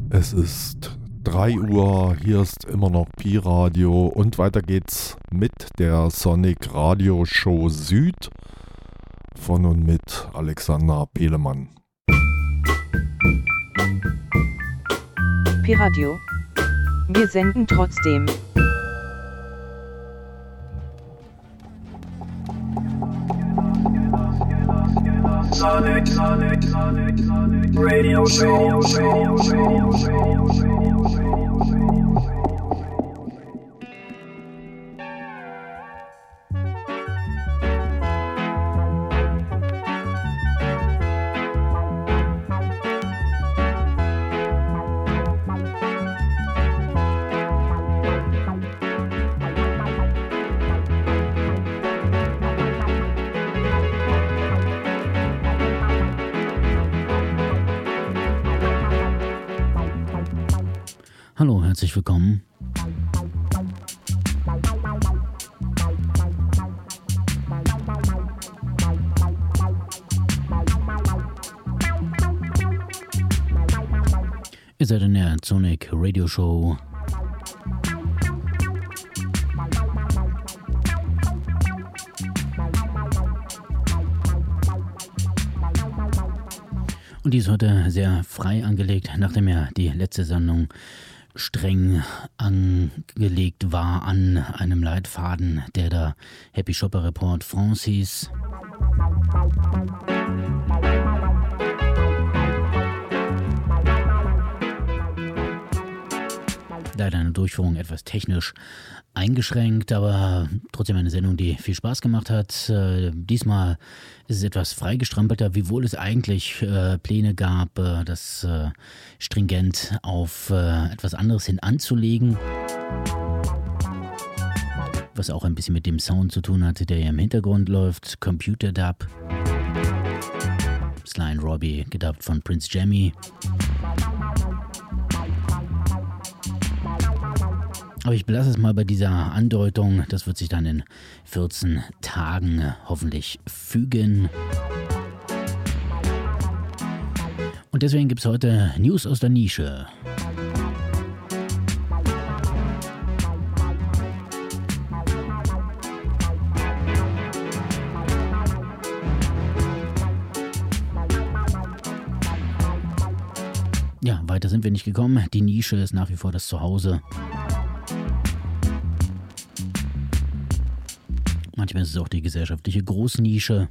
Es ist 3 Uhr, hier ist immer noch Pi-Radio und weiter geht's mit der Sonic Radio Show Süd von und mit Alexander Pelemann. Pi-Radio. Wir senden trotzdem. Sonic Radio Show. Hallo, herzlich willkommen. Ihr seid in der Sonic Radio Show. Und die ist heute sehr frei angelegt, nachdem ja die letzte Sendung streng angelegt war an einem Leitfaden, der da Happy Shopper Report France hieß. Leider eine Durchführung etwas technisch eingeschränkt, aber trotzdem eine Sendung, die viel Spaß gemacht hat. Diesmal ist es etwas freigestrampelter, wiewohl es eigentlich Pläne gab, das stringent auf etwas anderes hin anzulegen. Was auch ein bisschen mit dem Sound zu tun hatte, der hier im Hintergrund läuft. Computer Dub. Sly and Robbie, gedubbt von Prince Jammy. Aber ich belasse es mal bei dieser Andeutung. Das wird sich dann in 14 Tagen hoffentlich fügen. Und deswegen gibt es heute News aus der Nische. Ja, weiter sind wir nicht gekommen. Die Nische ist nach wie vor das Zuhause. Manchmal ist es auch die gesellschaftliche Großnische.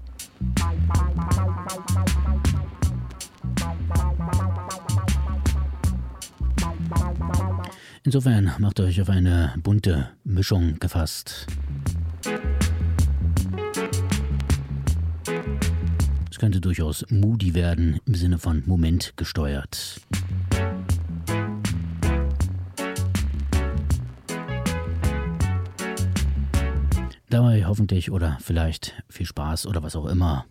Insofern macht euch auf eine bunte Mischung gefasst. Es könnte durchaus moody werden, im Sinne von momentgesteuert. Dabei hoffentlich oder vielleicht viel Spaß oder was auch immer.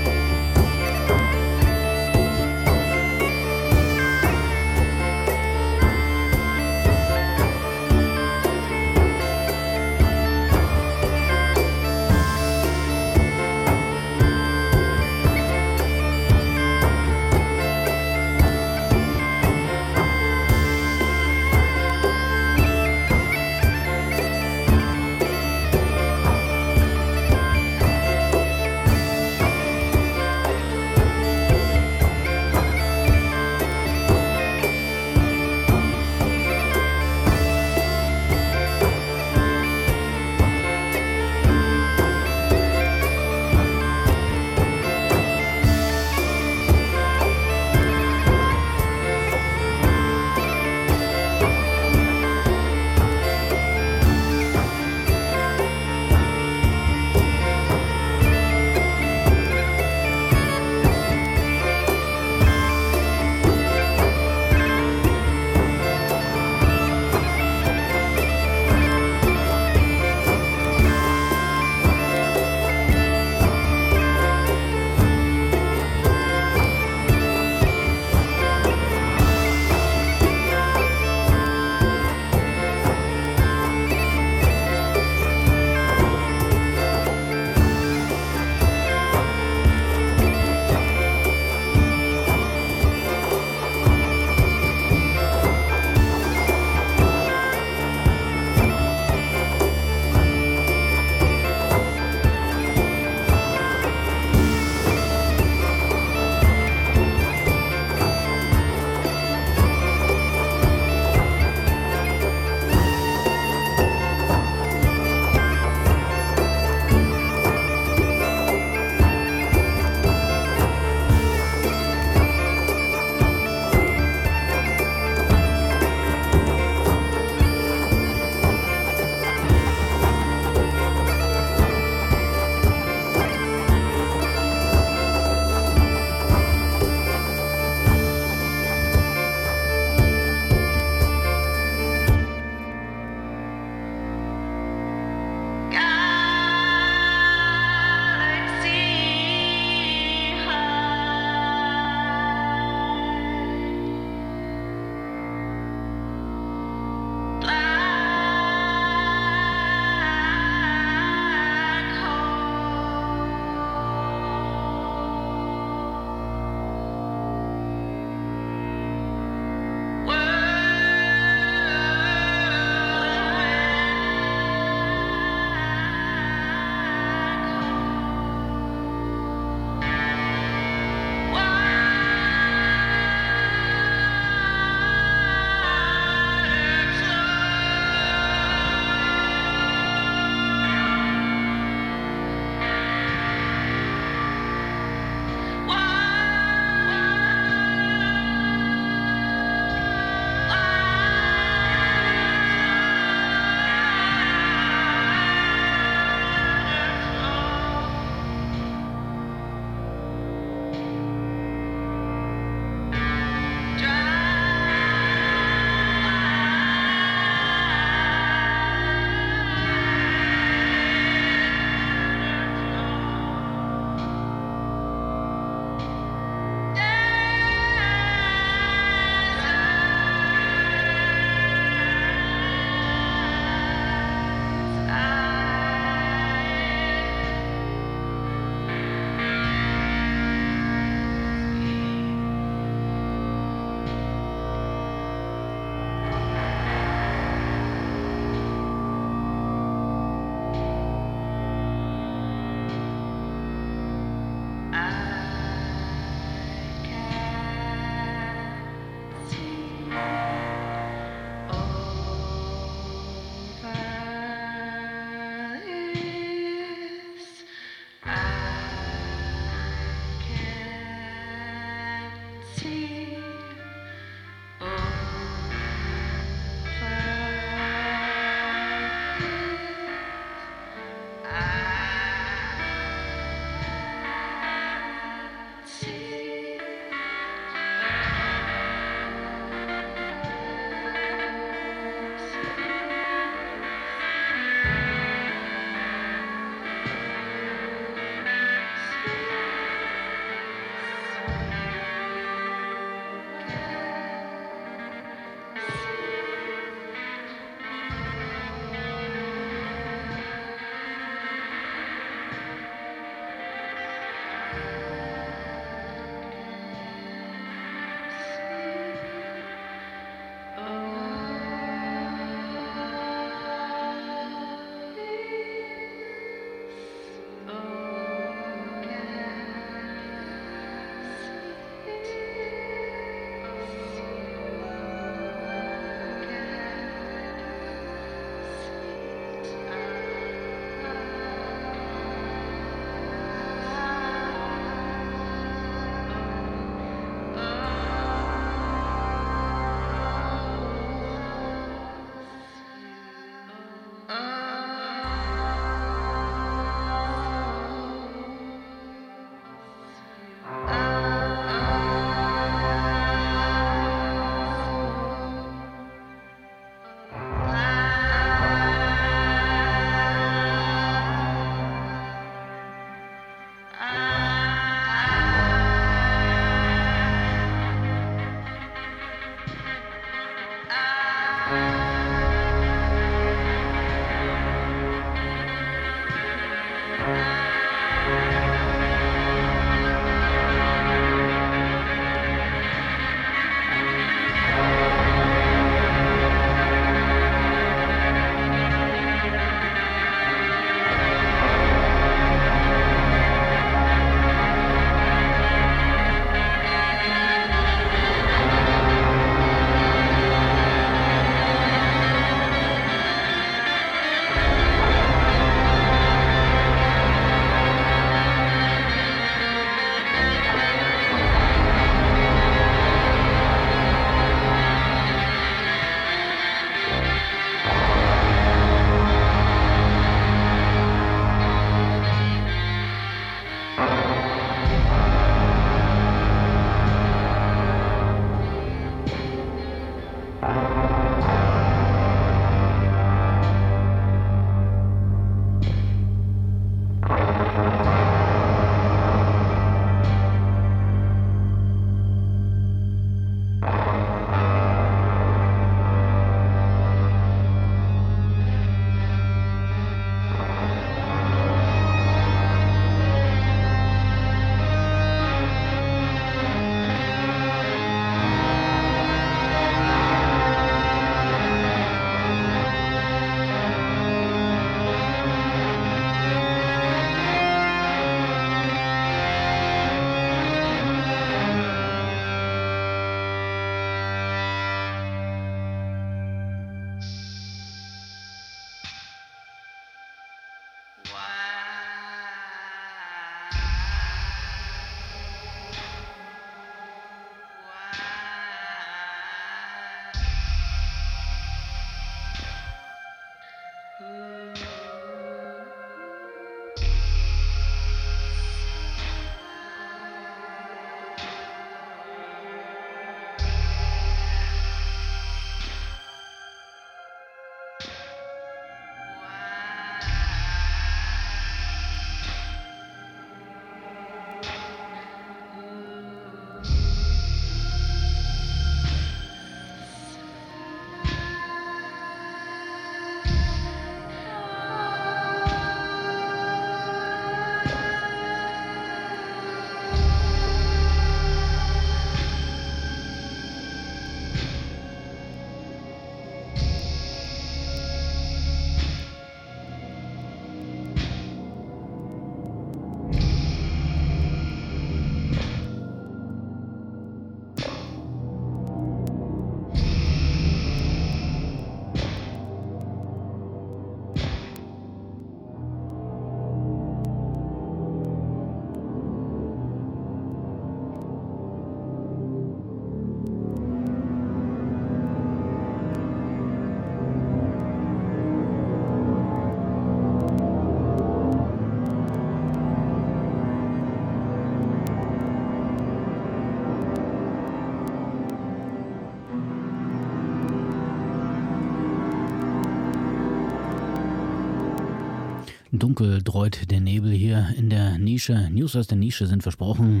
Dunkel dreut der Nebel hier in der Nische. News aus der Nische sind versprochen.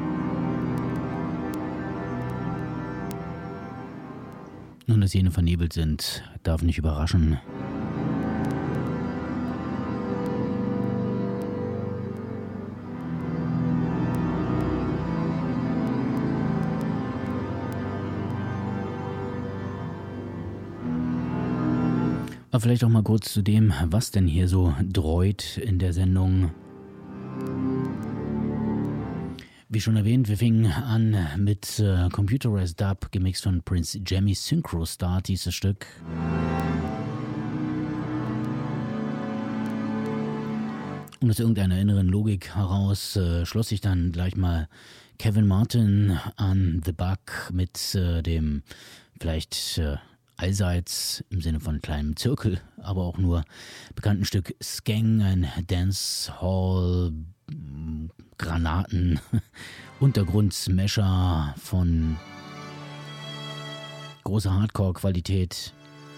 Nun, dass jene vernebelt sind, darf nicht überraschen. Aber vielleicht auch mal kurz zu dem, was denn hier so dreut in der Sendung. Wie schon erwähnt, wir fingen an mit Computerized Dub, gemixt von Prince Jammy. Synchro Start hieß das Stück. Und aus irgendeiner inneren Logik heraus schloss sich dann gleich mal Kevin Martin an The Bug mit dem vielleicht allseits im Sinne von kleinem Zirkel, aber auch nur bekannten Stück Skeng, ein Dancehall Granaten Untergrund-Smasher von großer Hardcore-Qualität.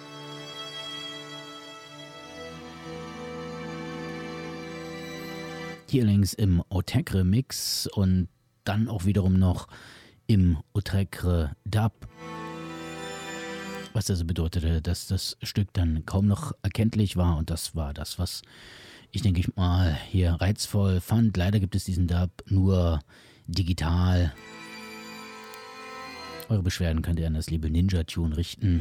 Hier links im Autechre-Mix und dann auch wiederum noch im Autechre Dub. Was also bedeutete, dass das Stück dann kaum noch erkenntlich war, und das war das, was ich, denke ich mal, hier reizvoll fand. Leider gibt es diesen Dub nur digital. Eure Beschwerden könnt ihr an das Label Ninja Tune richten.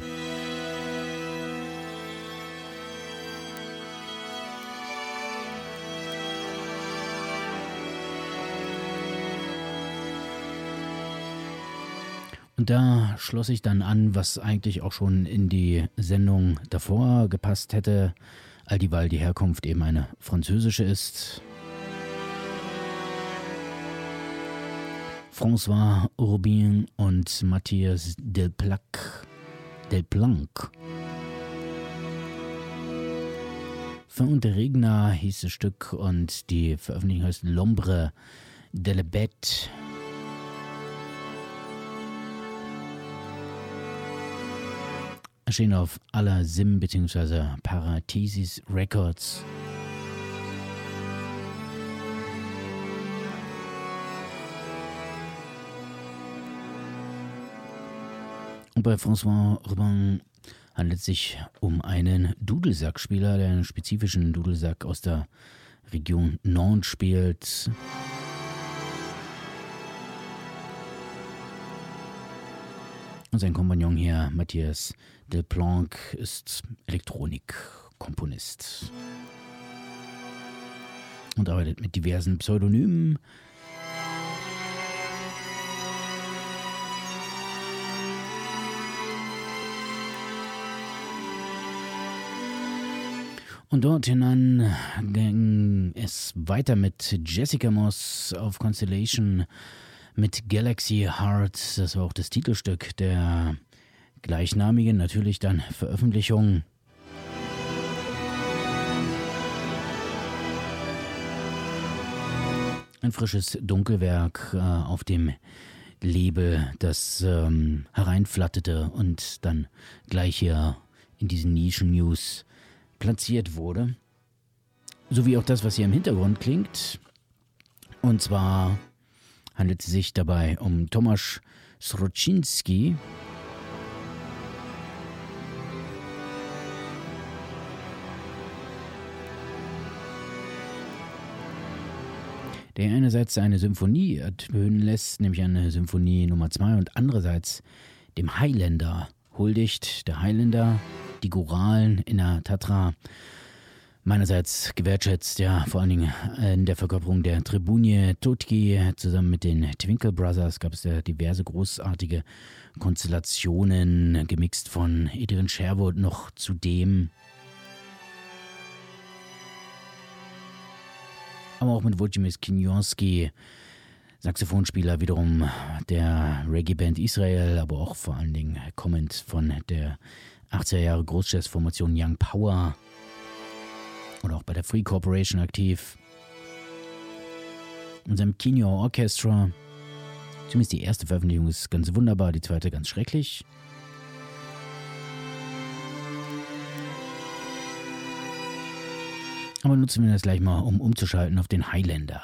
Und da schloss ich dann an, was eigentlich auch schon in die Sendung davor gepasst hätte, all dieweil die Herkunft eben eine französische ist. François Urbain und Matthias Delplanque. Fin de Regna hieß das Stück und die Veröffentlichung heißt L'Ombre de la Bête. Erschien auf Ala Sim bzw. Paratisis Records. Und bei François Urbain handelt es sich um einen Dudelsackspieler, der einen spezifischen Dudelsack aus der Region Nantes spielt. Und sein Kompagnon hier, Matthias Delplanque, ist Elektronikkomponist und arbeitet mit diversen Pseudonymen. Und dort hinan ging es weiter mit Jessica Moss auf Constellation mit Galaxy Heart. Das war auch das Titelstück der gleichnamigen, natürlich dann Veröffentlichung. Ein frisches Dunkelwerk auf dem Label, das hereinflatterte und dann gleich hier in diesen Nischen-News platziert wurde. So wie auch das, was hier im Hintergrund klingt. Und zwar handelt es sich dabei um Tomasz Sroczynski. Der einerseits eine Symphonie ertönen lässt, nämlich eine Symphonie Nummer 2, und andererseits dem Highlander huldigt. Der Highlander, die Goralen in der Tatra, meinerseits gewertschätzt, ja, vor allen Dingen in der Verkörperung der Tribunie Totki. Zusammen mit den Twinkle Brothers gab es ja diverse großartige Konstellationen, gemixt von Adrian Sherwood noch zudem. Aber auch mit Wojciech Kinionski, Saxophonspieler wiederum der Reggae-Band Israel, aber auch vor allen Dingen kommend von der 80er Jahre Großjazz-Formation Young Power oder auch bei der Free Corporation aktiv. In seinem Kinyo Orchestra, zumindest die erste Veröffentlichung ist ganz wunderbar, die zweite ganz schrecklich. Aber nutzen wir das gleich mal, um umzuschalten auf den Highlander.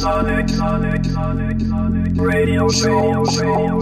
Sonic Radio Show.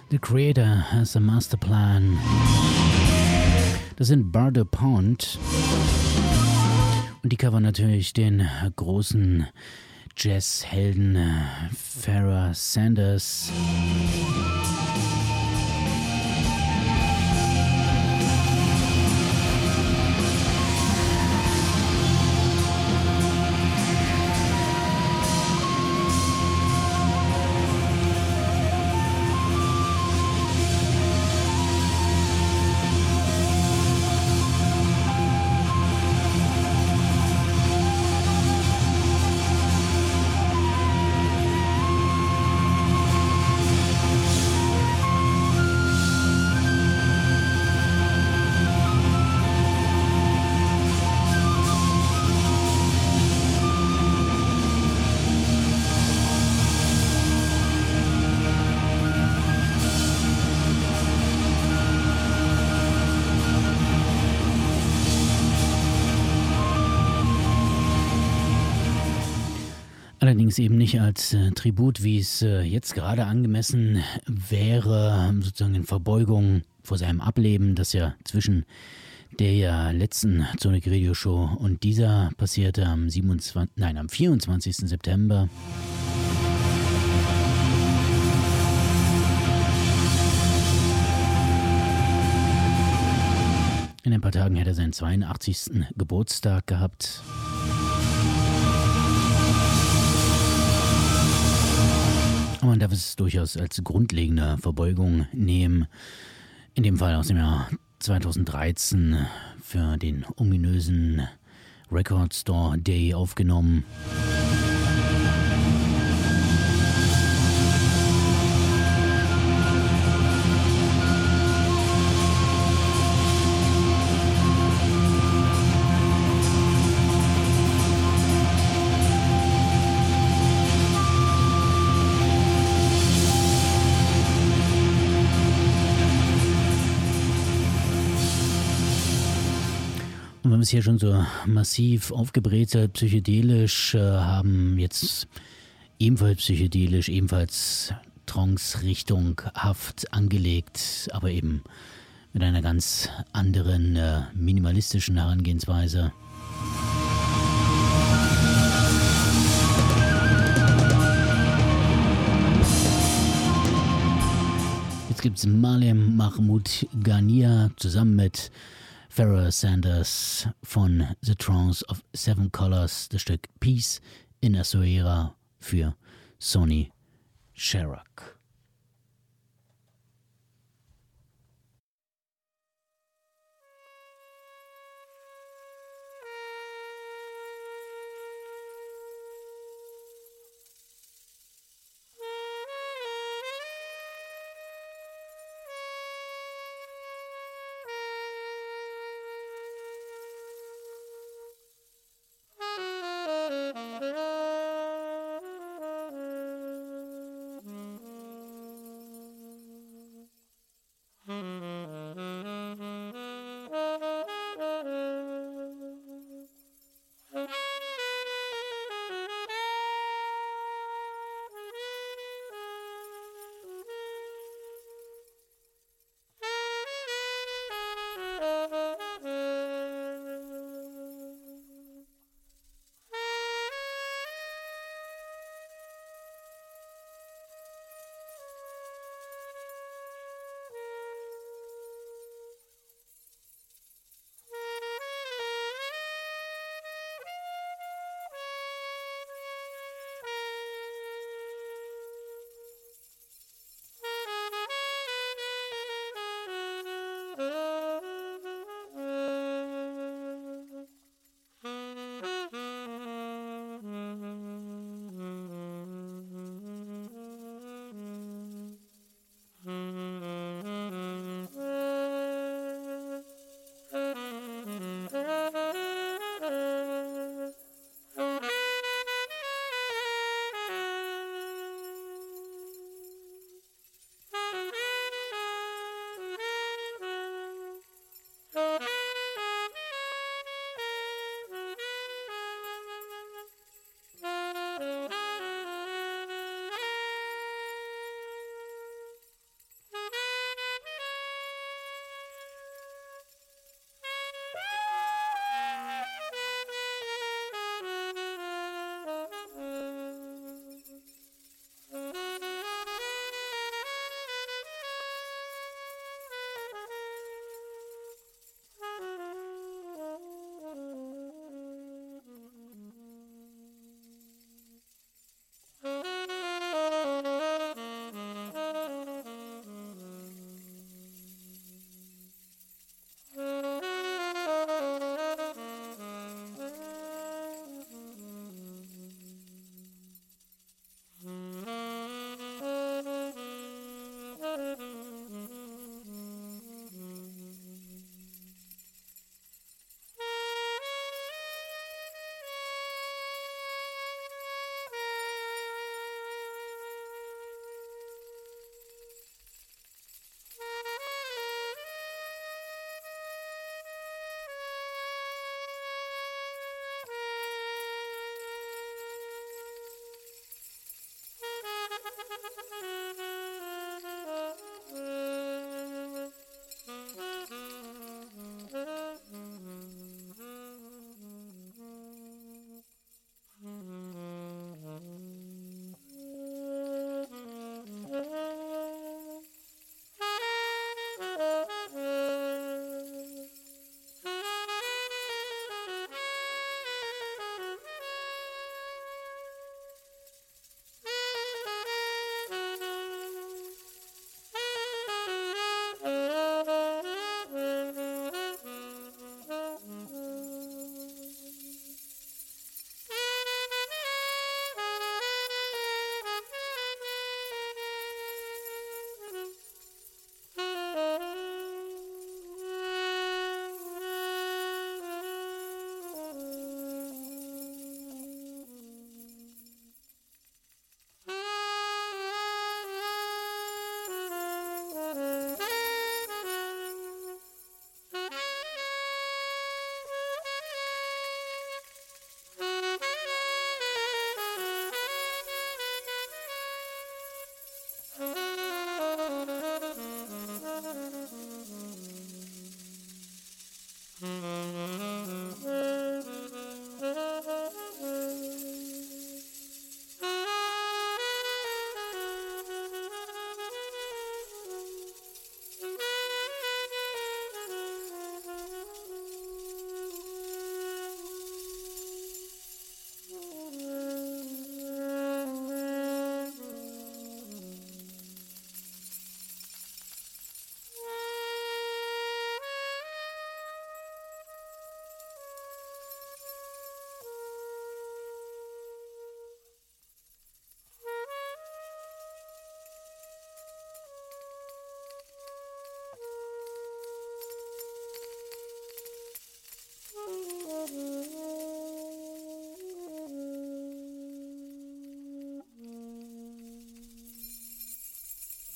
The Creator has a Master Plan. Das sind Bardo Pond. Und die covern natürlich den großen Jazzhelden Pharoah Sanders. Allerdings eben nicht als Tribut, wie es jetzt gerade angemessen wäre, sozusagen in Verbeugung vor seinem Ableben, das ja zwischen der letzten Sonic Radio Show und dieser passierte am 24. September. In ein paar Tagen hätte er seinen 82. Geburtstag gehabt. Aber man darf es durchaus als grundlegende Verbeugung nehmen. In dem Fall aus dem Jahr 2013 für den ominösen Record Store Day aufgenommen. Und wenn wir es hier schon so massiv aufgebrezelt, psychedelisch haben, jetzt ebenfalls psychedelisch, ebenfalls Trance-Richtung Haft angelegt, aber eben mit einer ganz anderen minimalistischen Herangehensweise. Jetzt gibt es Malem Mahmoud Ghania zusammen mit Pharoah Sanders von The Trance of Seven Colors, das Stück Peace in Asoera für Sony Sharrock.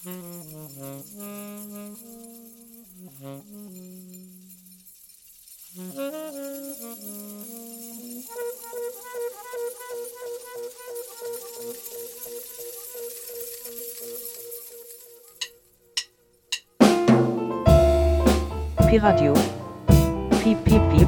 Pi-Radio. Piep, piep, piep.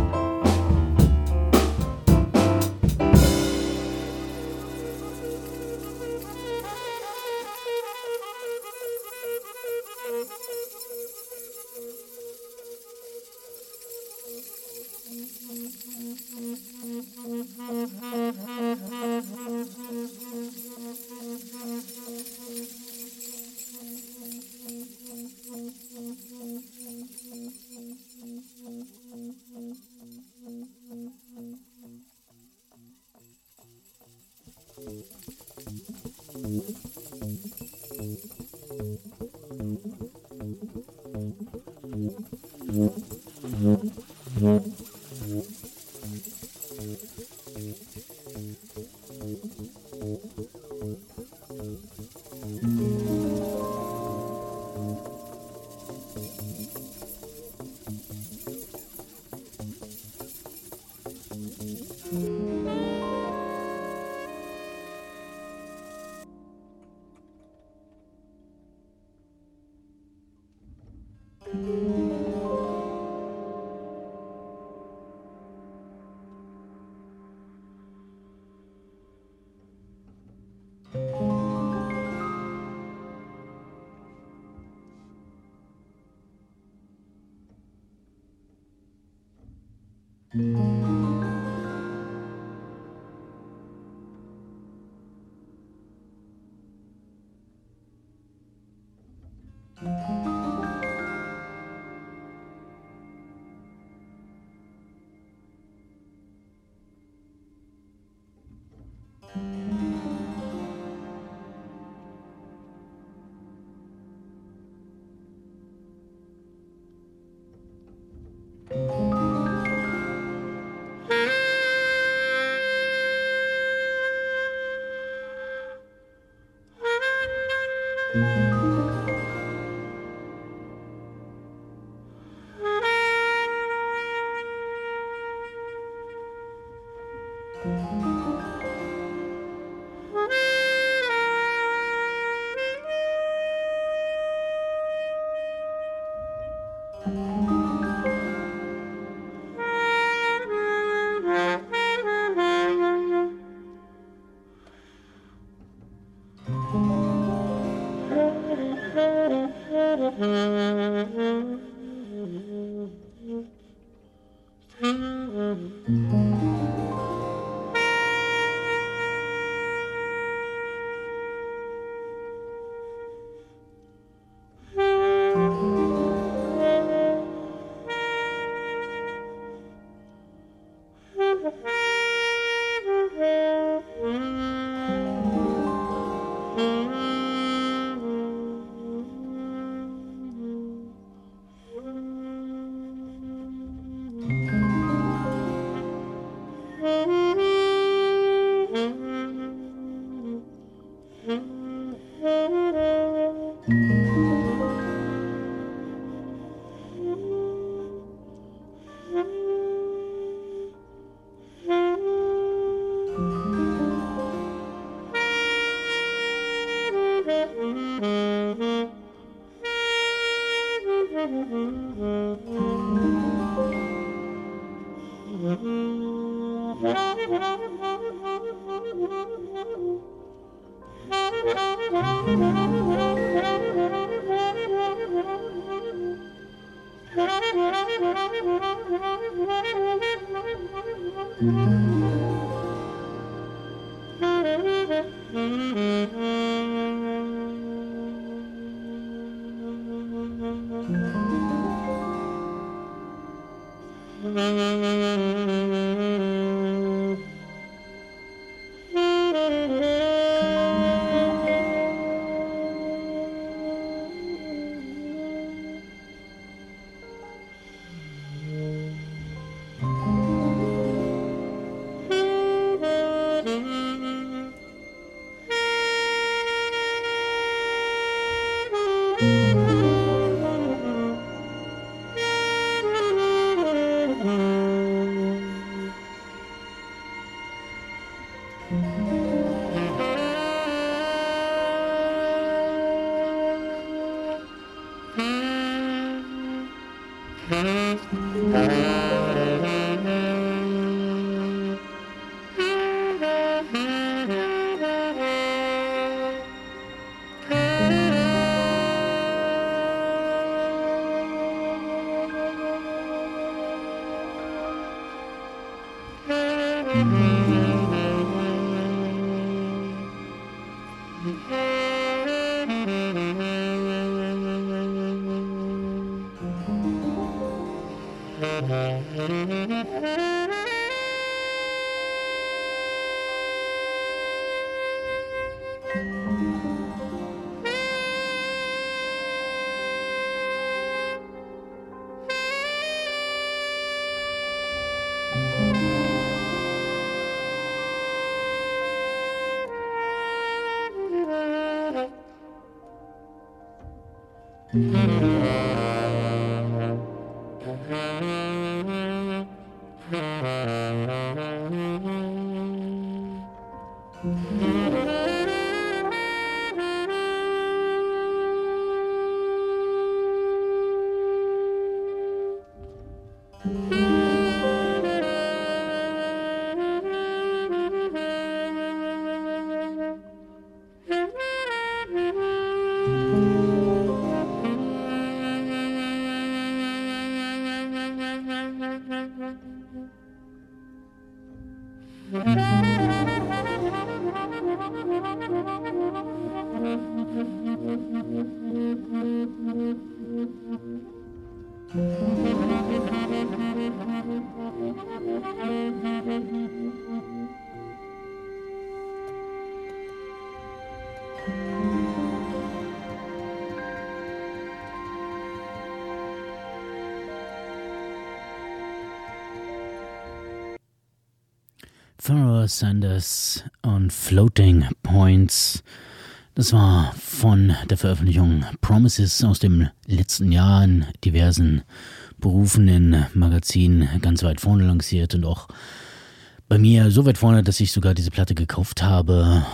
Pharoah Sanders und Floating Points. Das war von der Veröffentlichung Promises aus dem letzten Jahr in diversen berufenen Magazinen ganz weit vorne lanciert und auch bei mir so weit vorne, dass ich sogar diese Platte gekauft habe,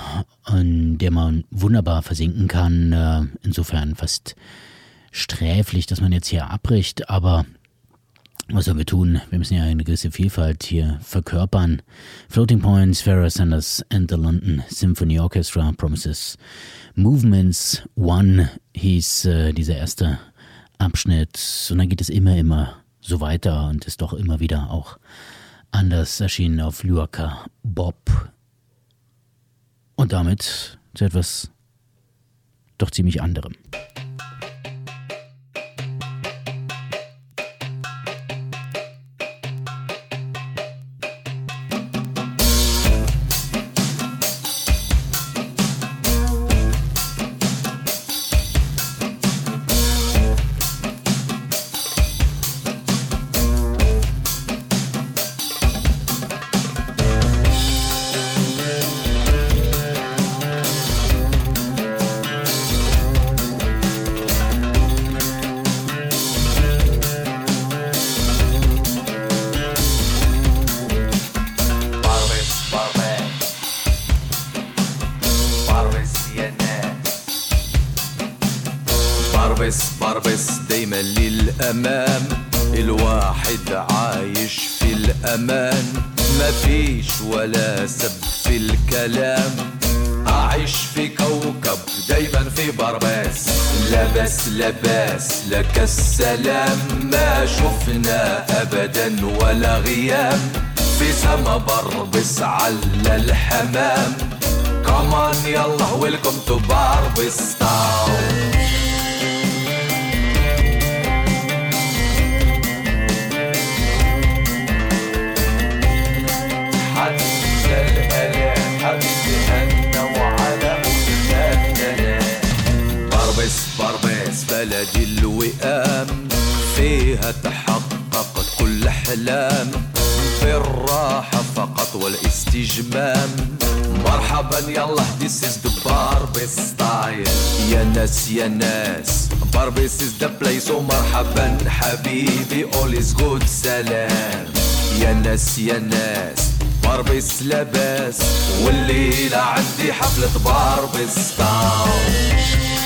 an der man wunderbar versinken kann. Insofern fast sträflich, dass man jetzt hier abbricht, aber was sollen wir tun? Wir müssen ja eine gewisse Vielfalt hier verkörpern. Floating Points, Pharoah Sanders and the London Symphony Orchestra, Promises Movements 1 hieß dieser erste Abschnitt. Und dann geht es immer so weiter und ist doch immer wieder auch anders erschienen auf Luaka Bob. Und damit zu etwas doch ziemlich anderem. بربس دايما للأمام الواحد عايش في الأمان مفيش ولا سب في الكلام أعيش في كوكب دايما في بربس لبس لك السلام ما شفنا أبدا ولا غيام في سما بربس على الحمام كمان يلا ويلكم تو بربس تاون بربس بلد الوئام فيها تحقق كل أحلام في الراحة فقط والاستجمام مرحبا يلا this is the Barbie style يا ناس يا ناس Barbie is the place ومرحبا حبيبي all is good سلام يا ناس يا ناس باربي لاباس والليلة عندي حفلة باربي ستايل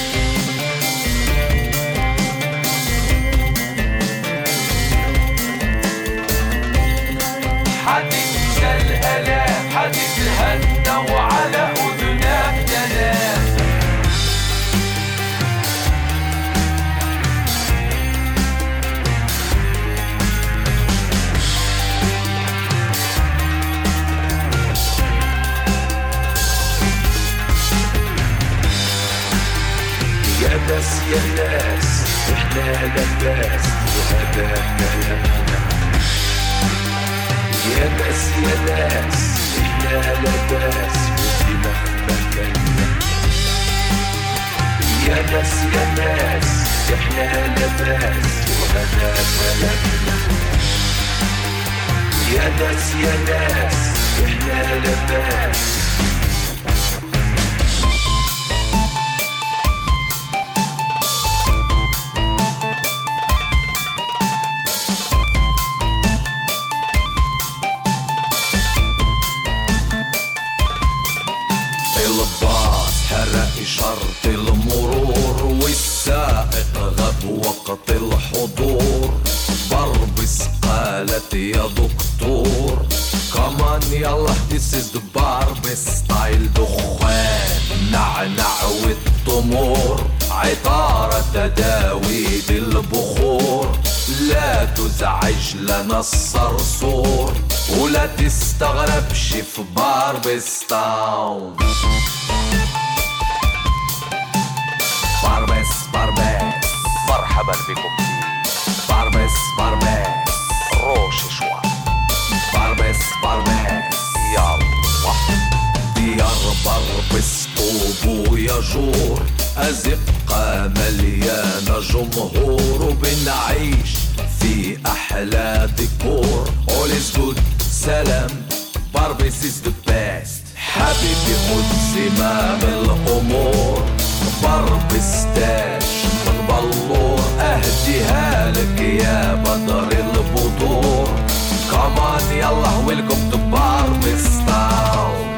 حديث الهلا حديث الهنا وعلى أذننا ننام يا ناس يا ناس احنا لباس وهذا كلامنا يا ناس يا ناس احنا لباس وديما مكاننا يا ناس يا ناس احنا لباس وهذا كلامنا يا ناس يا ناس احنا لباس الباص حرق شرط المرور والسائق غاب وقت الحضور بربس قالت يا دكتور كمان يلا this is the Barbie style دخان نعنع والتمور عطارة تداويد البخور لا تزعج لنا الصرصور ولا تستغربش في باربي ستاون باربس باربس مرحبا بكم في باربس باربس روش شوي باربس باربس يلا ديار باربس طوب ويجور أزقة مليانة جمهور وبنعيش في أحلى ديكور all is good سلام باربس is the best حبيبي خد زمام الأمور باربس تاج من بلور أهديها لك يا بدر البطور كمان يلا ويلكم تو باربس تاون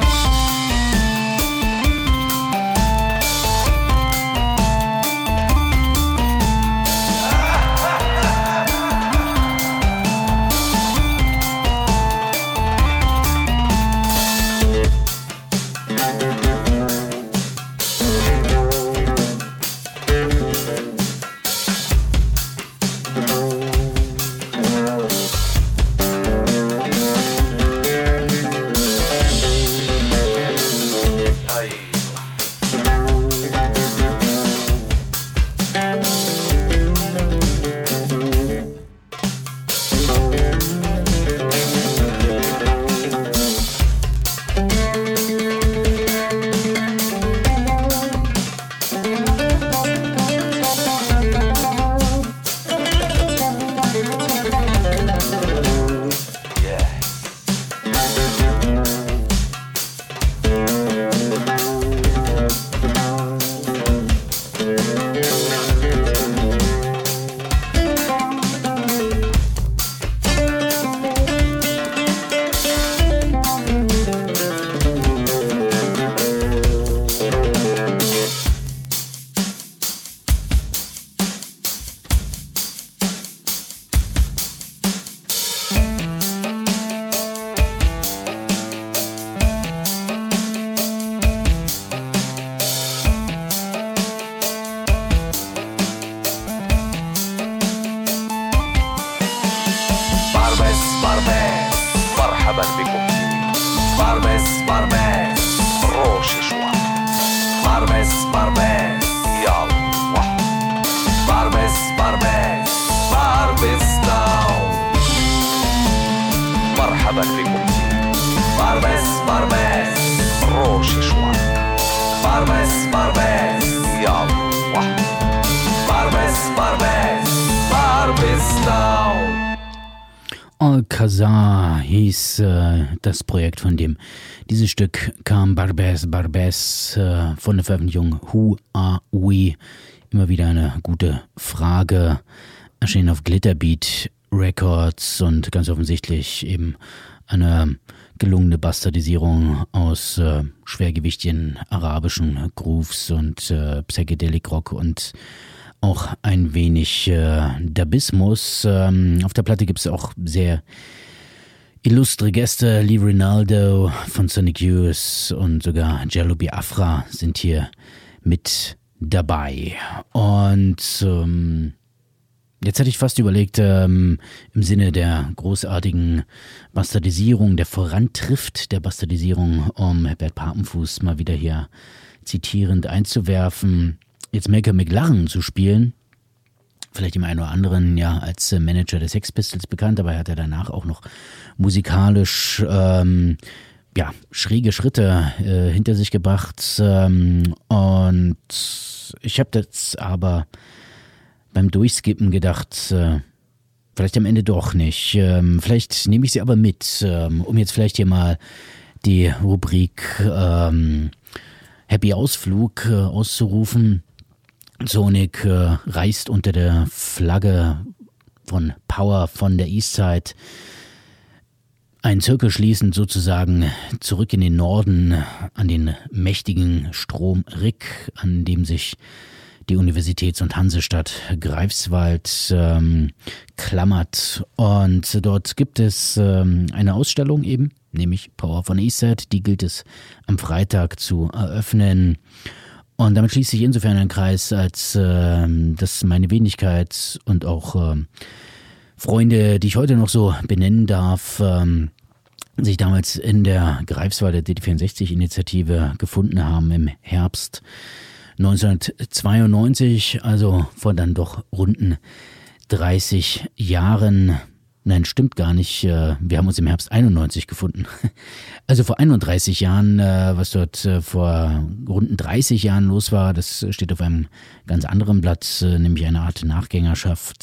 Alcazar hieß das Projekt, von dem dieses Stück kam. Barbès von der Veröffentlichung Who Are We? Immer wieder eine gute Frage. Erschienen auf Glitterbeat Records und ganz offensichtlich eben eine gelungene Bastardisierung aus schwergewichtigen arabischen Grooves und Psychedelic Rock und auch ein wenig Dabismus. Auf der Platte gibt es auch sehr illustre Gäste. Lee Rinaldo von Sonic Youth und sogar Jello Biafra sind hier mit dabei. Und jetzt hätte ich fast überlegt, im Sinne der großartigen Bastardisierung, der Vorantrift der Bastardisierung, um Herbert Papenfuß mal wieder hier zitierend einzuwerfen, jetzt Malcolm McLaren zu spielen. Vielleicht dem einen oder anderen ja als Manager der Sex Pistols bekannt, aber er hat ja danach auch noch musikalisch schräge Schritte hinter sich gebracht. Und ich habe das aber beim Durchskippen gedacht, vielleicht am Ende doch nicht. Vielleicht nehme ich sie aber mit, um jetzt vielleicht hier mal die Rubrik Happy Ausflug auszurufen. Sonic reist unter der Flagge von Power von der Eastside einen Zirkel schließend sozusagen zurück in den Norden an den mächtigen Strom Rick, an dem sich die Universitäts- und Hansestadt Greifswald klammert. Und dort gibt es eine Ausstellung eben, nämlich Power von Eastside. Die gilt es am Freitag zu eröffnen. Und damit schließt sich insofern ein Kreis, als dass meine Wenigkeit und auch Freunde, die ich heute noch so benennen darf, sich damals in der Greifswalder DD64-Initiative gefunden haben im Herbst 1992, also vor dann doch runden 30 Jahren. Nein, stimmt gar nicht. Wir haben uns im Herbst 91 gefunden. Also vor 31 Jahren, was dort vor runden 30 Jahren los war, das steht auf einem ganz anderen Blatt, nämlich eine Art Nachgängerschaft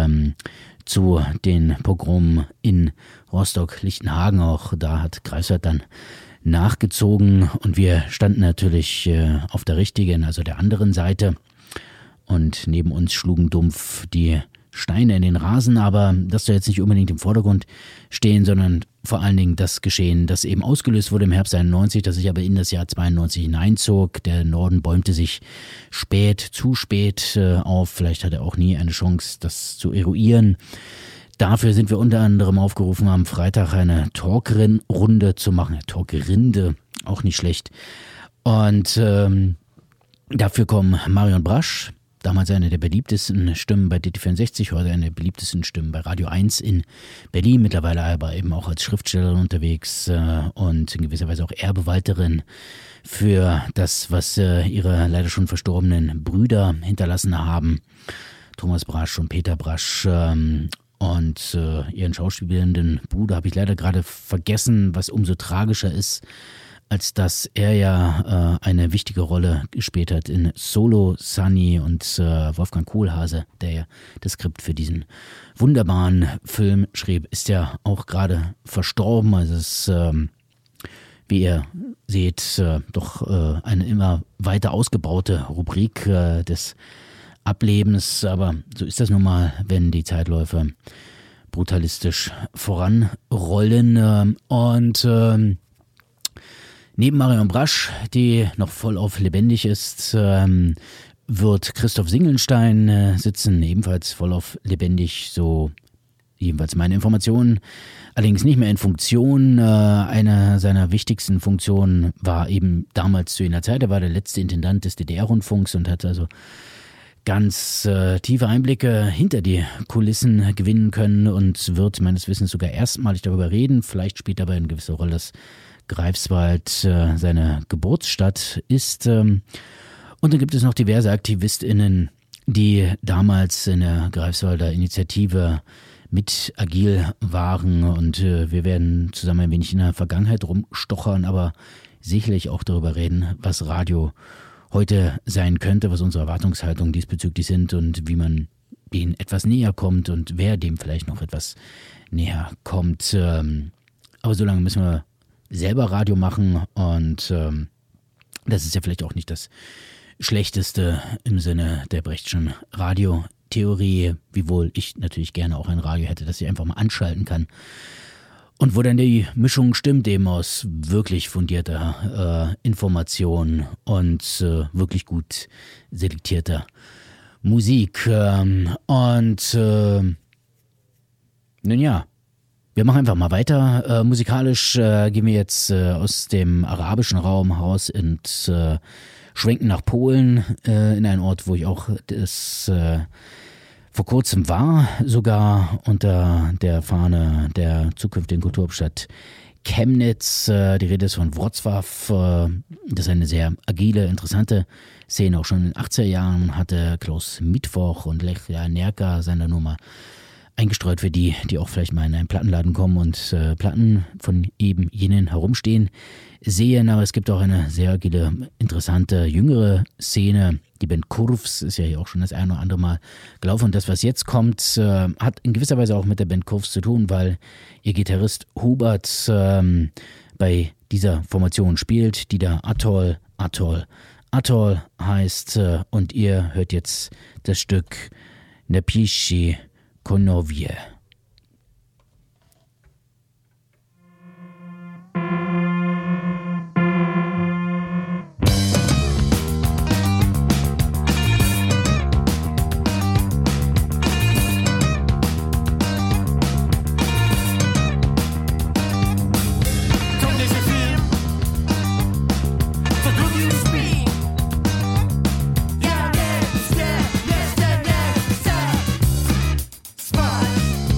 zu den Pogromen in Rostock-Lichtenhagen. Auch da hat Greifswald dann nachgezogen und wir standen natürlich auf der richtigen, also der anderen Seite. Und neben uns schlugen dumpf die Steine in den Rasen, aber das soll jetzt nicht unbedingt im Vordergrund stehen, sondern vor allen Dingen das Geschehen, das eben ausgelöst wurde im Herbst 91, das sich aber in das Jahr 92 hineinzog. Der Norden bäumte sich zu spät auf. Vielleicht hat er auch nie eine Chance, das zu eruieren. Dafür sind wir unter anderem aufgerufen, am Freitag eine Talkrunde zu machen. Talkrinde, auch nicht schlecht. Und dafür kommen Marion Brasch, damals eine der beliebtesten Stimmen bei DT64, heute eine der beliebtesten Stimmen bei Radio 1 in Berlin, mittlerweile aber eben auch als Schriftstellerin unterwegs und in gewisser Weise auch Erbewalterin für das, was ihre leider schon verstorbenen Brüder hinterlassen haben, Thomas Brasch und Peter Brasch, und ihren schauspielenden Bruder habe ich leider gerade vergessen, was umso tragischer ist, als dass er ja eine wichtige Rolle gespielt hat in Solo, Sunny und Wolfgang Kohlhase, der ja das Skript für diesen wunderbaren Film schrieb, ist ja auch gerade verstorben. Also es ist, wie ihr seht, doch eine immer weiter ausgebaute Rubrik des Ablebens. Aber so ist das nun mal, wenn die Zeitläufe brutalistisch voranrollen. Und neben Marion Brasch, die noch vollauf lebendig ist, wird Christoph Singelstein sitzen, ebenfalls vollauf lebendig, so jedenfalls meine Informationen. Allerdings nicht mehr in Funktion. Eine seiner wichtigsten Funktionen war eben damals zu jener Zeit, er war der letzte Intendant des DDR-Rundfunks und hat also ganz tiefe Einblicke hinter die Kulissen gewinnen können und wird meines Wissens sogar erstmalig darüber reden. Vielleicht spielt dabei eine gewisse Rolle, dass Greifswald seine Geburtsstadt ist. Und dann gibt es noch diverse AktivistInnen, die damals in der Greifswalder Initiative mit agil waren. Und wir werden zusammen ein wenig in der Vergangenheit rumstochern, aber sicherlich auch darüber reden, was Radio heute sein könnte, was unsere Erwartungshaltungen diesbezüglich sind und wie man denen etwas näher kommt und wer dem vielleicht noch etwas näher kommt. Aber solange müssen wir selber Radio machen und das ist ja vielleicht auch nicht das Schlechteste im Sinne der Brechtschen Radiotheorie, wiewohl ich natürlich gerne auch ein Radio hätte, das ich einfach mal anschalten kann. Und wo dann die Mischung stimmt, eben aus wirklich fundierter Information und wirklich gut selektierter Musik. Nun ja, wir machen einfach mal weiter. Musikalisch gehen wir jetzt aus dem arabischen Raum raus und schwenken nach Polen, in einen Ort, wo ich auch vor kurzem war, sogar unter der Fahne der zukünftigen Kulturhauptstadt Chemnitz. Die Rede ist von Wrocław. Das ist eine sehr agile, interessante Szene. Auch schon in den 80er Jahren hatte Klaus Mittwoch und Lech Nerka seine Nummer eingestreut für die auch vielleicht mal in einen Plattenladen kommen und Platten von eben jenen herumstehen sehen. Aber es gibt auch eine sehr agile, interessante, jüngere Szene. Die Band Kurvs ist ja hier auch schon das ein oder andere Mal gelaufen. Und das, was jetzt kommt, hat in gewisser Weise auch mit der Band Kurvs zu tun, weil ihr Gitarrist Hubert bei dieser Formation spielt, die da Atoll heißt. Und ihr hört jetzt das Stück Napishi Konowie. Spot.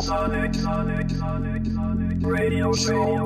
Radio Show.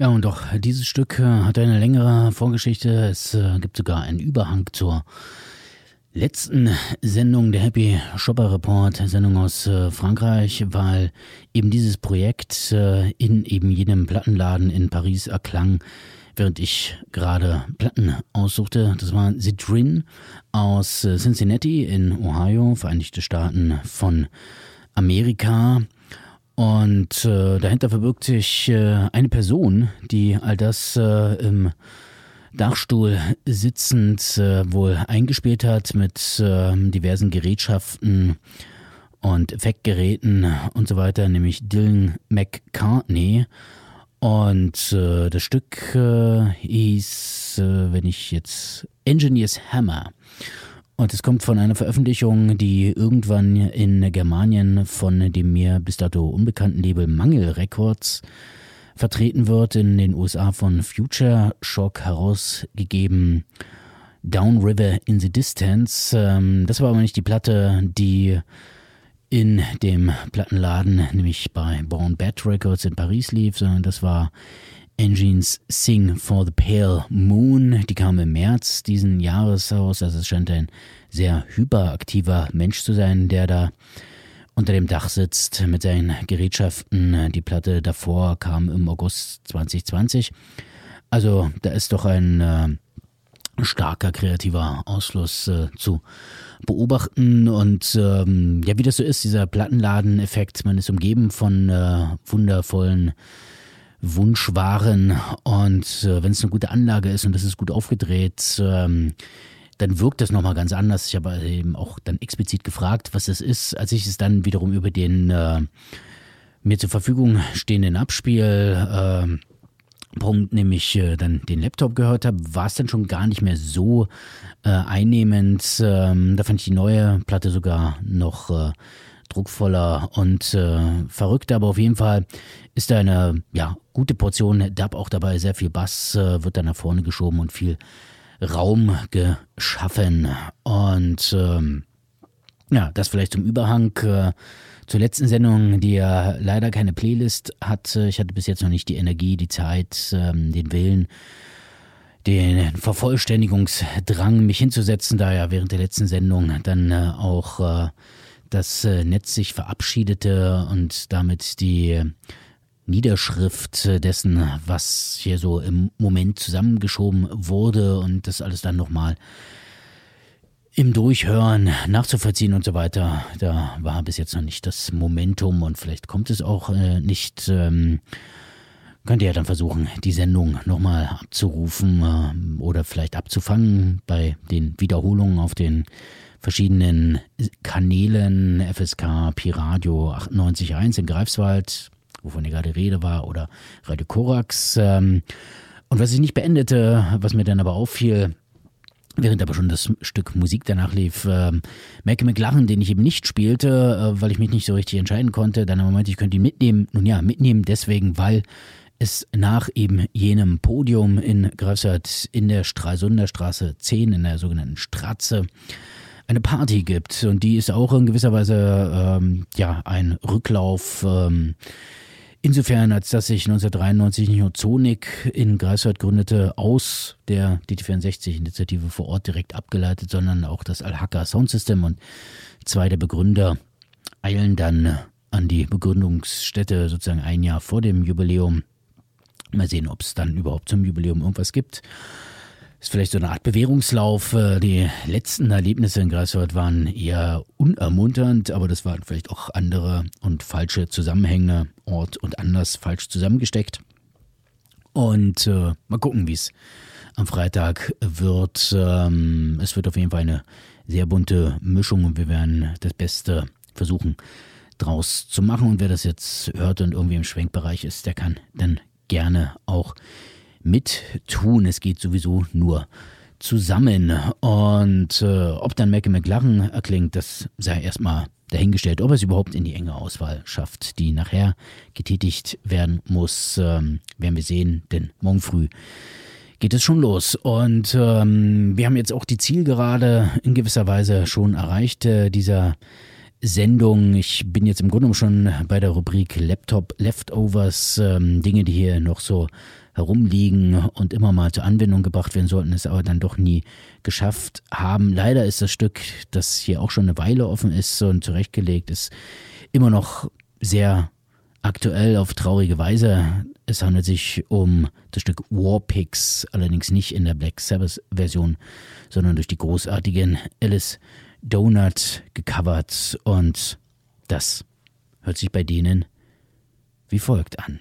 Ja, und auch dieses Stück hat eine längere Vorgeschichte. Es gibt sogar einen Überhang zur letzten Sendung der Happy Shopper Report, Sendung aus Frankreich, weil eben dieses Projekt in eben jenem Plattenladen in Paris erklang, während ich gerade Platten aussuchte. Das war Zitrin aus Cincinnati in Ohio, Vereinigte Staaten von Amerika. Und dahinter verbirgt sich eine Person, die all das im Dachstuhl sitzend wohl eingespielt hat mit diversen Gerätschaften und Effektgeräten und so weiter, nämlich Dylan McCartney. Und das Stück hieß, wenn ich jetzt, Engineer's Hammer. Und es kommt von einer Veröffentlichung, die irgendwann in Germanien von dem mir bis dato unbekannten Label Mangel Records vertreten wird, in den USA von Future Shock herausgegeben. Downriver in the Distance. Das war aber nicht die Platte, die in dem Plattenladen, nämlich bei Born Bad Records in Paris lief, sondern das war Engines Sing for the Pale Moon. Die kam im März diesen Jahres raus. Also es scheint ein sehr hyperaktiver Mensch zu sein, der da unter dem Dach sitzt mit seinen Gerätschaften. Die Platte davor kam im August 2020. Also da ist doch ein starker kreativer Ausfluss zu beobachten. Und ja, wie das so ist, dieser Plattenladen-Effekt, man ist umgeben von wundervollen Wunschwaren, und wenn es eine gute Anlage ist und das ist gut aufgedreht, dann wirkt das nochmal ganz anders. Ich habe eben auch dann explizit gefragt, was das ist. Als ich es dann wiederum über den mir zur Verfügung stehenden Abspielpunkt, nämlich dann den Laptop gehört habe, war es dann schon gar nicht mehr so einnehmend. Da fand ich die neue Platte sogar noch druckvoller und verrückter, aber auf jeden Fall ist da eine gute Portion Dub auch dabei, sehr viel Bass wird dann nach vorne geschoben und viel Raum geschaffen. Und das vielleicht zum Überhang zur letzten Sendung, die ja leider keine Playlist hat. Ich hatte bis jetzt noch nicht die Energie, die Zeit, den Willen, den Vervollständigungsdrang, mich hinzusetzen, da ja während der letzten Sendung dann auch das Netz sich verabschiedete und damit die Niederschrift dessen, was hier so im Moment zusammengeschoben wurde, und das alles dann nochmal im Durchhören nachzuvollziehen und so weiter, da war bis jetzt noch nicht das Momentum, und vielleicht kommt es auch nicht. Könnt ihr ja dann versuchen, die Sendung nochmal abzurufen oder vielleicht abzufangen bei den Wiederholungen auf den verschiedenen Kanälen, FSK, Pi-Radio 98.1 in Greifswald, wovon die gerade Rede war, oder Radio Korax. Und was ich nicht beendete, was mir dann aber auffiel, während aber schon das Stück Musik danach lief, Malcolm McLaren, den ich eben nicht spielte, weil ich mich nicht so richtig entscheiden konnte, dann am Moment, ich könnte ihn mitnehmen. Nun ja, mitnehmen deswegen, weil es nach eben jenem Podium in Greifswald in der Stralsunder Straße 10, in der sogenannten Stratze, eine Party gibt, und die ist auch in gewisser Weise ein Rücklauf, insofern, als dass sich 1993 nicht nur Zonik in Greifswald gründete, aus der DT64-Initiative vor Ort direkt abgeleitet, sondern auch das Al-Hakka Soundsystem, und zwei der Begründer eilen dann an die Begründungsstätte sozusagen ein Jahr vor dem Jubiläum. Mal sehen, ob es dann überhaupt zum Jubiläum irgendwas gibt. Ist vielleicht so eine Art Bewährungslauf. Die letzten Erlebnisse in Greifswald waren eher unermunternd, aber das waren vielleicht auch andere und falsche Zusammenhänge, Ort und anders falsch zusammengesteckt. Und mal gucken, wie es am Freitag wird. Es wird auf jeden Fall eine sehr bunte Mischung, und wir werden das Beste versuchen draus zu machen. Und wer das jetzt hört und irgendwie im Schwenkbereich ist, der kann dann gerne auch mit tun. Es geht sowieso nur zusammen. Und ob dann Malcolm McLaren erklingt, das sei erstmal dahingestellt. Ob es überhaupt in die enge Auswahl schafft, die nachher getätigt werden muss, werden wir sehen, denn morgen früh geht es schon los. Und wir haben jetzt auch die Zielgerade in gewisser Weise schon erreicht, dieser Sendung. Ich bin jetzt im Grunde schon bei der Rubrik Laptop Leftovers, Dinge, die hier noch so herumliegen und immer mal zur Anwendung gebracht werden sollten, es aber dann doch nie geschafft haben. Leider ist das Stück, das hier auch schon eine Weile offen ist und zurechtgelegt ist, immer noch sehr aktuell auf traurige Weise. Es handelt sich um das Stück War Pigs, allerdings nicht in der Black Sabbath Version, sondern durch die großartigen Alice Donut gecovert, und das hört sich bei denen wie folgt an.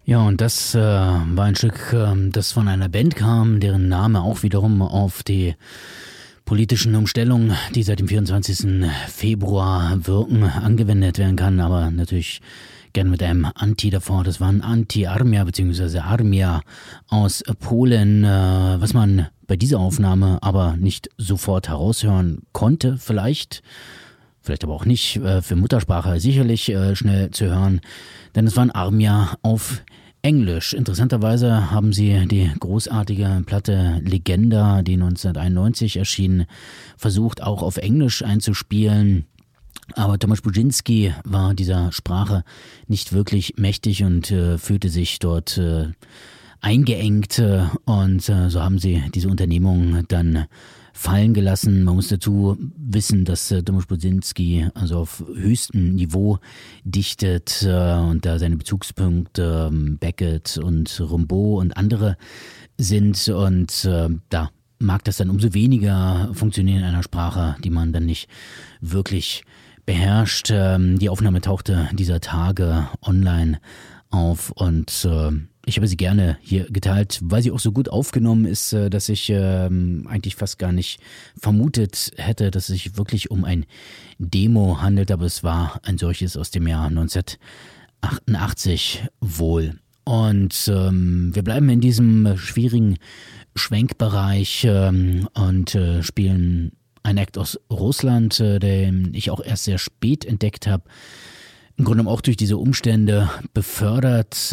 Ja, und das war ein Stück, das von einer Band kam, deren Name auch wiederum auf die politischen Umstellungen, die seit dem 24. Februar wirken, angewendet werden kann, aber natürlich gerne mit einem Anti davor. Das war ein Anti-Armia bzw. Armia aus Polen, was man bei dieser Aufnahme aber nicht sofort heraushören konnte, vielleicht aber auch nicht, für Muttersprache sicherlich schnell zu hören, denn es war ein Armia auf Englisch. Interessanterweise haben sie die großartige Platte Legenda, die 1991 erschien, versucht auch auf Englisch einzuspielen. Aber Tomasz Budzynski war dieser Sprache nicht wirklich mächtig und fühlte sich dort eingeengt. Und so haben sie diese Unternehmung dann fallen gelassen. Man muss dazu wissen, dass Tomasz Budzynski also auf höchstem Niveau dichtet und da seine Bezugspunkte Beckett und Rimbaud und andere sind und da mag das dann umso weniger funktionieren in einer Sprache, die man dann nicht wirklich beherrscht. Die Aufnahme tauchte dieser Tage online auf und ich habe sie gerne hier geteilt, weil sie auch so gut aufgenommen ist, dass ich eigentlich fast gar nicht vermutet hätte, dass es sich wirklich um ein Demo handelt, aber es war ein solches aus dem Jahr 1988 wohl. Und wir bleiben in diesem schwierigen Schwenkbereich und spielen einen Act aus Russland, den ich auch erst sehr spät entdeckt habe. Im Grunde auch durch diese Umstände befördert,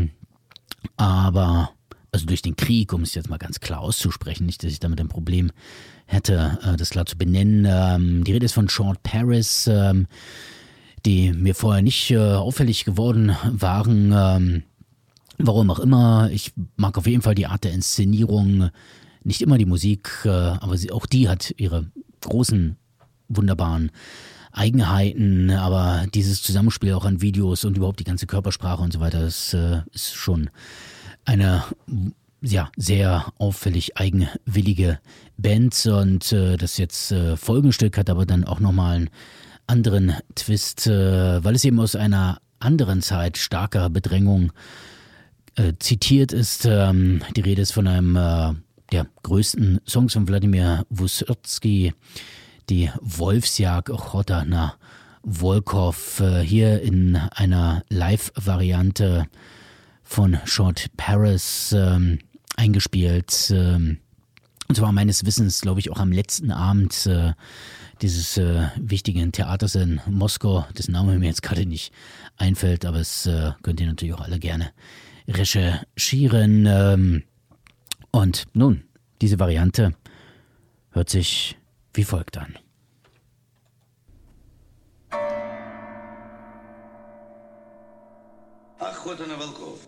aber also durch den Krieg, um es jetzt mal ganz klar auszusprechen, nicht, dass ich damit ein Problem hätte, das klar zu benennen. Die Rede ist von Short Paris, die mir vorher nicht auffällig geworden waren. Warum auch immer. Ich mag auf jeden Fall die Art der Inszenierung, nicht immer die Musik, aber auch die hat ihre großen, wunderbaren Eigenheiten, aber dieses Zusammenspiel auch an Videos und überhaupt die ganze Körpersprache und so weiter, das ist schon eine sehr auffällig eigenwillige Band und das jetzt Folgenstück hat aber dann auch nochmal einen anderen Twist, weil es eben aus einer anderen Zeit starker Bedrängung zitiert ist. Die Rede ist von einem der größten Songs von Wladimir Wysotsky, die Wolfsjagd Ochota na Volkov, hier in einer Live-Variante von Short Paris eingespielt. Und zwar meines Wissens, glaube ich, auch am letzten Abend dieses wichtigen Theaters in Moskau, dessen Name mir jetzt gerade nicht einfällt, aber es könnt ihr natürlich auch alle gerne recherchieren. Und nun, diese Variante hört sich wie folgt an. Охота на волков.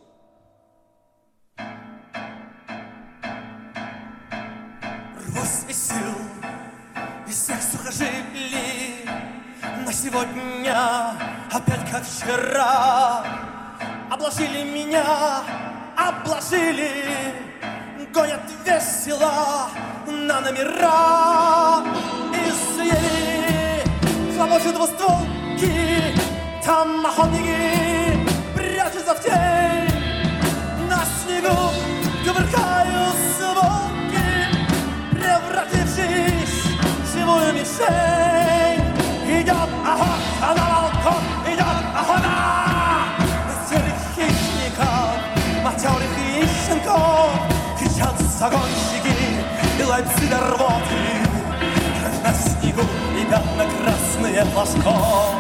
Рвусь из сил, из всех сухожилий. На сегодня опять как вчера. Обложили меня, обложили. Гонят весело на номера. И съели, хлопочут двустволки. Там охотники прячутся в тень. На снегу кувыркаются волки, превратившись в живую мишень. Идет охота на волков, идет охота на серых хищников, матерых и щенков. Кричат загонщики и лают псы до рвоты. На снегу и пятна красные флажков.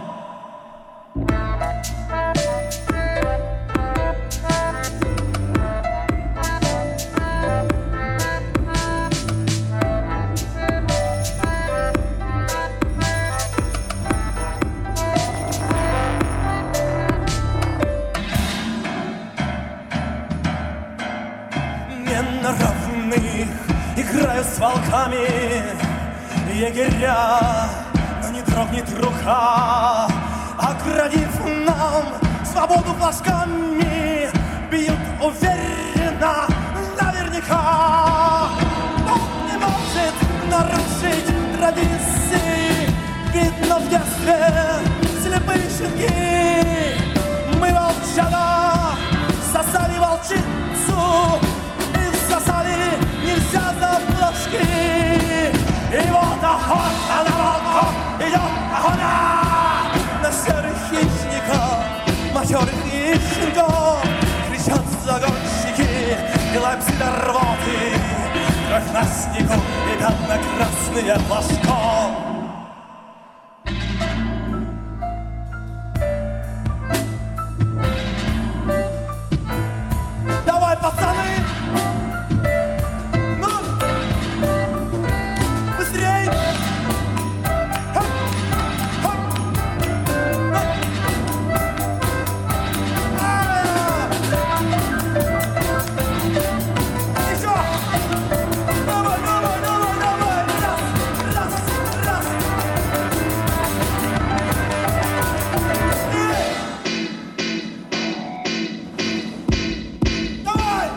С волками егеря, но не дрогнет рука, оградив нам свободу флажками, бьют уверенно, наверняка. Бог не может нарушить традиции, видно в детстве слепые щенки. Мы волчата, из-за соли нельзя за флажки. И вот охота на волков идет охота на серых хищников, матерых и щенков. Кричат загонщики, делаем себе рвоты, кровь на снегу и пятна красные флажков. Давай, пацаны! Ну! Быстрей! Хоп! Хоп! Еще! Давай, давай, давай, давай! Раз, раз, раз! Давай!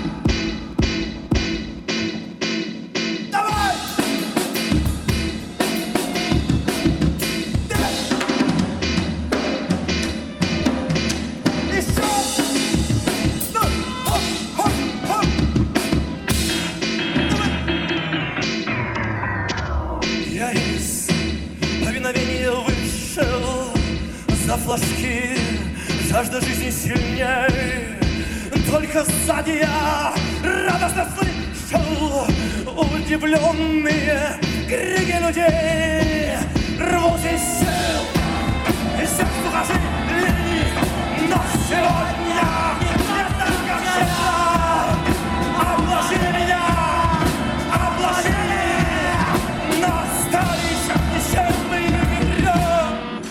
Давай! Еще! Ну! Хоп, хоп, хоп! Я из повиновения вышел за флажки, жажда жизни сильней. Только сзади я радостно слышал удивленные крики людей. Рвут из сил, из всех сухожилий, но сегодня не так, как всегда. Обложили меня, обложили, но стали еще несчастные мира.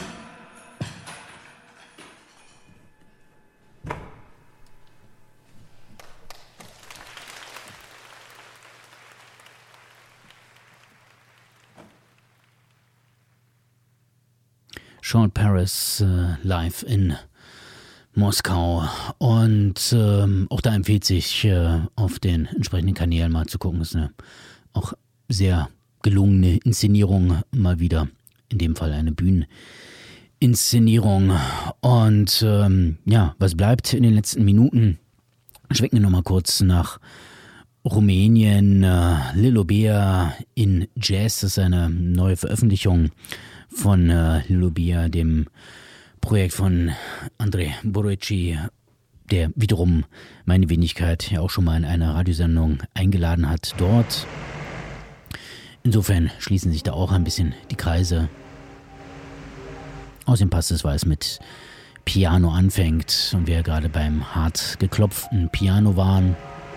Sean Paris live in Moskau. Und auch da empfiehlt sich, auf den entsprechenden Kanälen mal zu gucken. Das ist eine auch sehr gelungene Inszenierung mal wieder. In dem Fall eine Bühneninszenierung. Und ja, was bleibt in den letzten Minuten? Schwenken wir nochmal kurz nach Rumänien. Lilo Bea in Jazz, das ist eine neue Veröffentlichung von Lilo Bea, dem Projekt von Andrei Borici, der wiederum meine Wenigkeit ja auch schon mal in einer Radiosendung eingeladen hat dort. Insofern schließen sich da auch ein bisschen die Kreise. Außerdem passt es, weil es mit Piano anfängt und wir gerade beim hart geklopften Piano waren.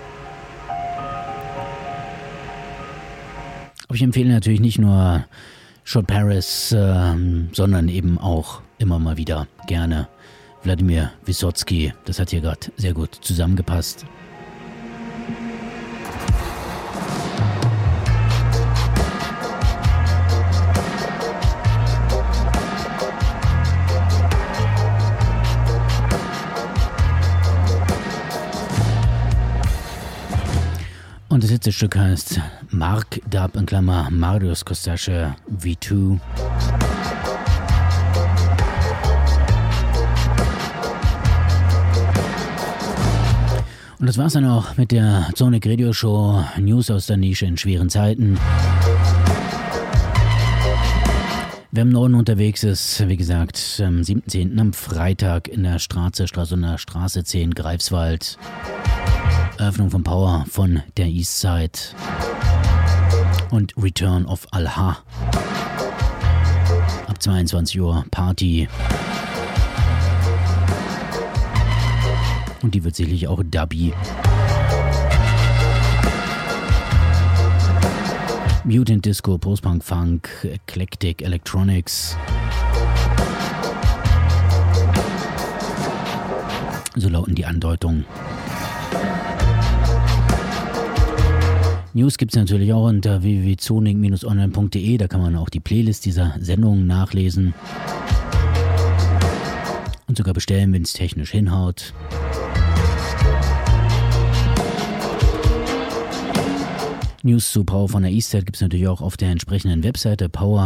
Aber ich empfehle natürlich nicht nur Sean Paris, sondern eben auch immer mal wieder gerne Wladimir Wysotsky. Das hat hier gerade sehr gut zusammengepasst. Und das letzte Stück heißt Mark Dub in Klammer Marius Kostasche V2. Und das war's dann auch mit der Sonic Radio Show. News aus der Nische in schweren Zeiten. Wer im Norden unterwegs ist, wie gesagt, am 7.10. am Freitag in der Straße 10 Greifswald. Eröffnung von Power von der Eastside und Return of Al-Ha. Ab 22 Uhr Party. Und die wird sicherlich auch dubby. Mutant Disco, Post-Punk, Funk, Eclectic, Electronics. So lauten die Andeutungen. News gibt es natürlich auch unter www.sonic-online.de. Da kann man auch die Playlist dieser Sendung nachlesen. Und sogar bestellen, wenn es technisch hinhaut. News zu Power von der Eastside gibt es natürlich auch auf der entsprechenden Webseite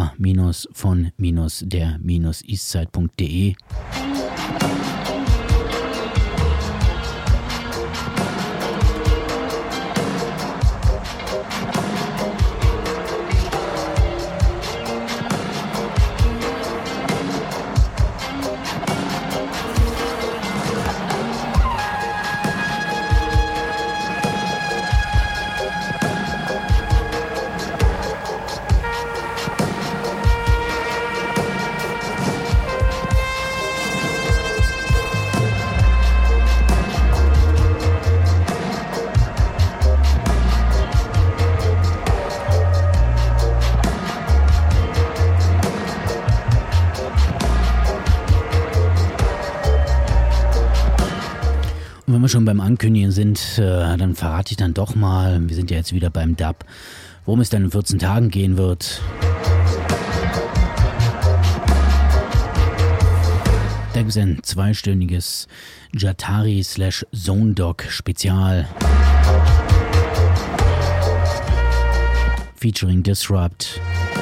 power-von-der-eastside.de. wenn wir schon beim Ankündigen sind, dann verrate ich dann doch mal, wir sind ja jetzt wieder beim Dub, worum es dann in 14 Tagen gehen wird. Da gibt es ein zweistündiges Jatari/Zone-Doc-Spezial featuring Disrupt.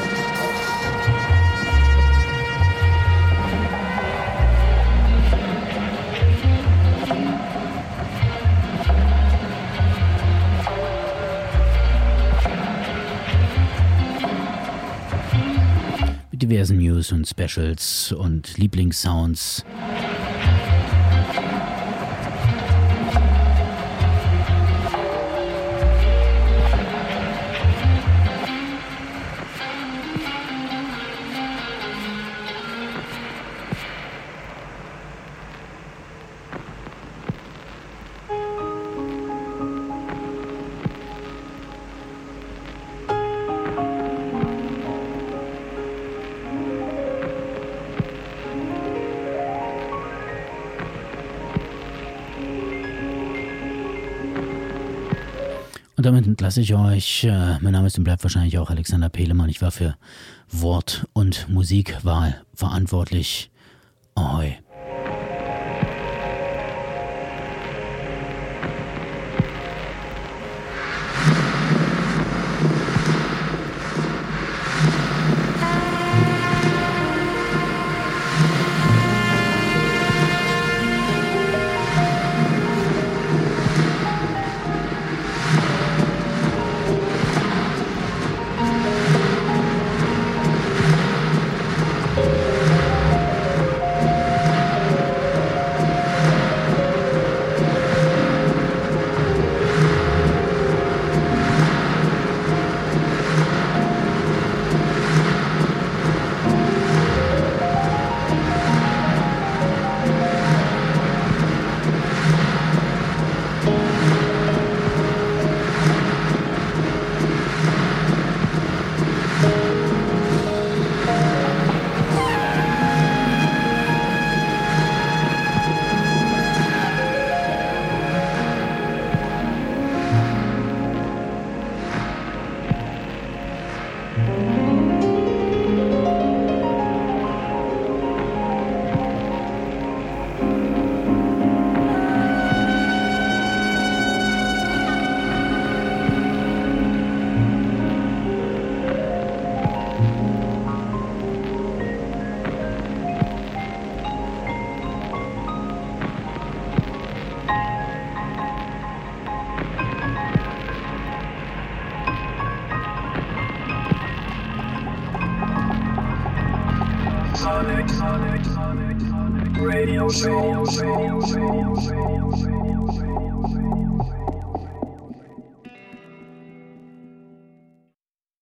Mit diversen News und Specials und Lieblingssounds. Und damit entlasse ich euch. Mein Name ist und bleibt wahrscheinlich auch Alexander Pehlemann. Ich war für Wort- und Musikwahl verantwortlich. Ahoi. Sonic Radio Show.